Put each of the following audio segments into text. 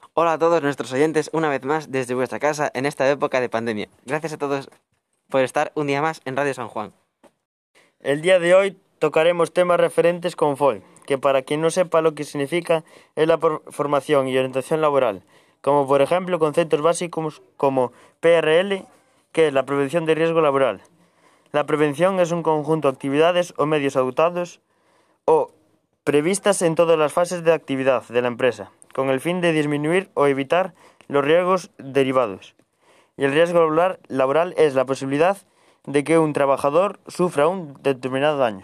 Hola a todos nuestros oyentes, una vez más desde vuestra casa en esta época de pandemia. Gracias a todos por estar un día más en Radio San Juan. El día de hoy tocaremos temas referentes con FOL, que para quien no sepa lo que significa es la formación y orientación laboral, como por ejemplo conceptos básicos como PRL, que es la prevención de riesgo laboral. La prevención es un conjunto de actividades o medios adoptados o previstas en todas las fases de actividad de la empresa, con el fin de disminuir o evitar los riesgos derivados. Y el riesgo laboral es la posibilidad de que un trabajador sufra un determinado daño.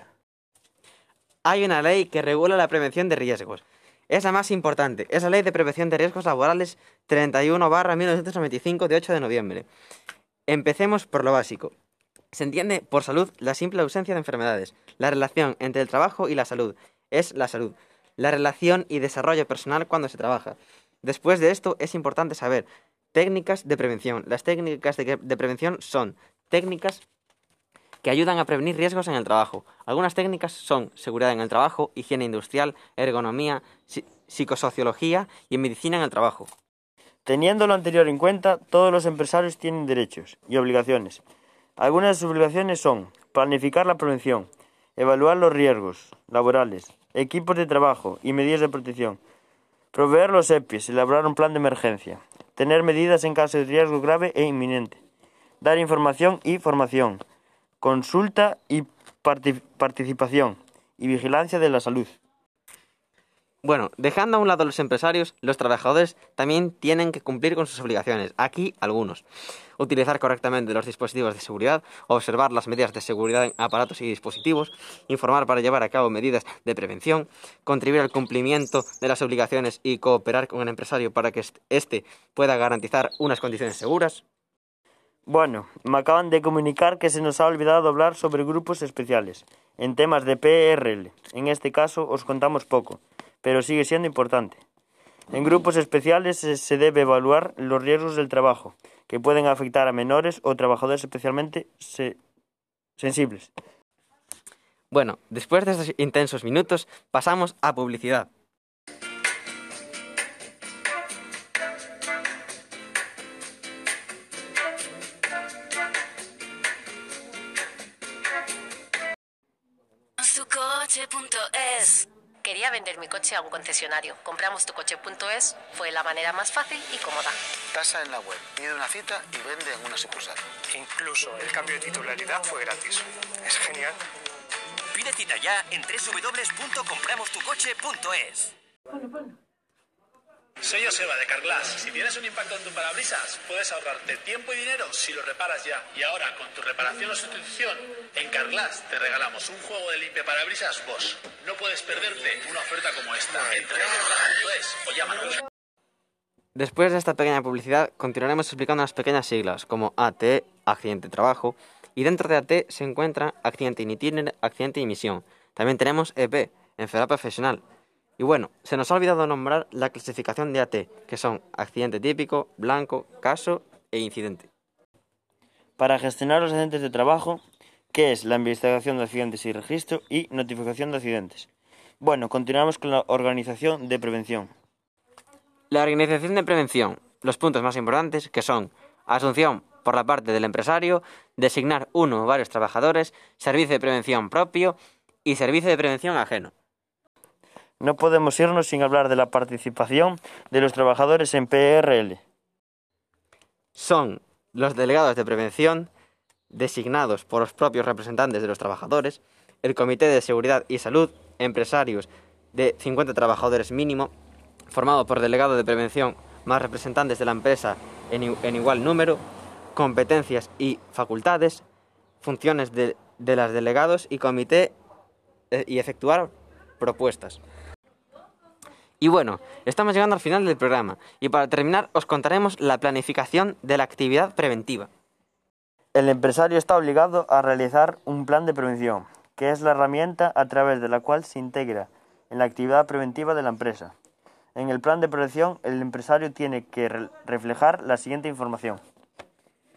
Hay una ley que regula la prevención de riesgos. Es la más importante. Es la Ley de Prevención de Riesgos Laborales 31/1995 de 8 de noviembre. Empecemos por lo básico. Se entiende por salud la simple ausencia de enfermedades. La relación entre el trabajo y la salud es la salud. La relación y desarrollo personal cuando se trabaja. Después de esto es importante saber técnicas de prevención. Las técnicas de prevención son técnicas que ayudan a prevenir riesgos en el trabajo. Algunas técnicas son seguridad en el trabajo, higiene industrial, ergonomía, psicosociología y medicina en el trabajo. Teniendo lo anterior en cuenta, todos los empresarios tienen derechos y obligaciones. Algunas de sus obligaciones son planificar la prevención, evaluar los riesgos laborales, equipos de trabajo y medidas de protección, proveer los EPIs, elaborar un plan de emergencia, tener medidas en caso de riesgo grave e inminente, dar información y formación, consulta y participación y vigilancia de la salud. Bueno, dejando a un lado a los empresarios, los trabajadores también tienen que cumplir con sus obligaciones. Aquí algunos. Utilizar correctamente los dispositivos de seguridad, observar las medidas de seguridad en aparatos y dispositivos, informar para llevar a cabo medidas de prevención, contribuir al cumplimiento de las obligaciones y cooperar con el empresario para que éste pueda garantizar unas condiciones seguras. Bueno, me acaban de comunicar que se nos ha olvidado hablar sobre grupos especiales, en temas de PRL. En este caso os contamos poco, pero sigue siendo importante. En grupos especiales se debe evaluar los riesgos del trabajo, que pueden afectar a menores o trabajadores especialmente sensibles. Bueno, después de estos intensos minutos, pasamos a publicidad. Tucoche.es. Quería vender mi coche a un concesionario. Compramos Tucoche.es, fue la manera más fácil y cómoda. Tasa en la web, pide una cita y vende en una sucursal. Incluso el cambio de titularidad fue gratis. Es genial. Pide cita ya en www.compramostucoche.es. Soy Joseba de Carglass. Si tienes un impacto en tu parabrisas, puedes ahorrarte tiempo y dinero si lo reparas ya. Y ahora, con tu reparación o sustitución, en Carglass te regalamos un juego de limpiaparabrisas Bosch. No puedes perderte una oferta como esta. Entra en carglass.es o llámanos. Después de esta pequeña publicidad, continuaremos explicando las pequeñas siglas como AT, accidente de trabajo, y dentro de AT se encuentra accidente in itinere, accidente y misión. También tenemos EP, enfermedad profesional. Y bueno, se nos ha olvidado nombrar la clasificación de AT, que son accidente típico, blanco, caso e incidente. Para gestionar los accidentes de trabajo, ¿qué es la investigación de accidentes y registro y notificación de accidentes? Bueno, continuamos con la organización de prevención. La organización de prevención, los puntos más importantes que son asunción por la parte del empresario, designar uno o varios trabajadores, servicio de prevención propio y servicio de prevención ajeno. No podemos irnos sin hablar de la participación de los trabajadores en PRL. Son los delegados de prevención, designados por los propios representantes de los trabajadores, el Comité de Seguridad y Salud, empresarios de 50 trabajadores mínimo, formado por delegado de prevención más representantes de la empresa en igual número, competencias y facultades, funciones de los delegados y comité y efectuar propuestas. Y bueno, estamos llegando al final del programa y para terminar os contaremos la planificación de la actividad preventiva. El empresario está obligado a realizar un plan de prevención, que es la herramienta a través de la cual se integra en la actividad preventiva de la empresa. En el plan de prevención, el empresario tiene que reflejar la siguiente información.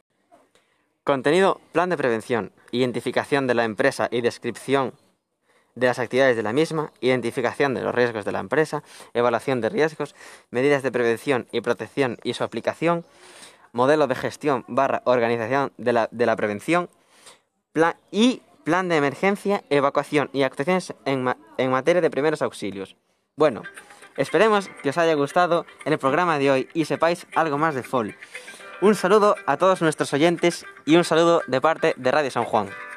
Contenido: plan de prevención, identificación de la empresa y descripción de las actividades de la misma, identificación de los riesgos de la empresa, evaluación de riesgos, medidas de prevención y protección y su aplicación, modelo de gestión / organización de la prevención, plan de emergencia, evacuación y actuaciones en materia de primeros auxilios. Bueno, esperemos que os haya gustado el programa de hoy y sepáis algo más de FOL. Un saludo a todos nuestros oyentes y un saludo de parte de Radio San Juan.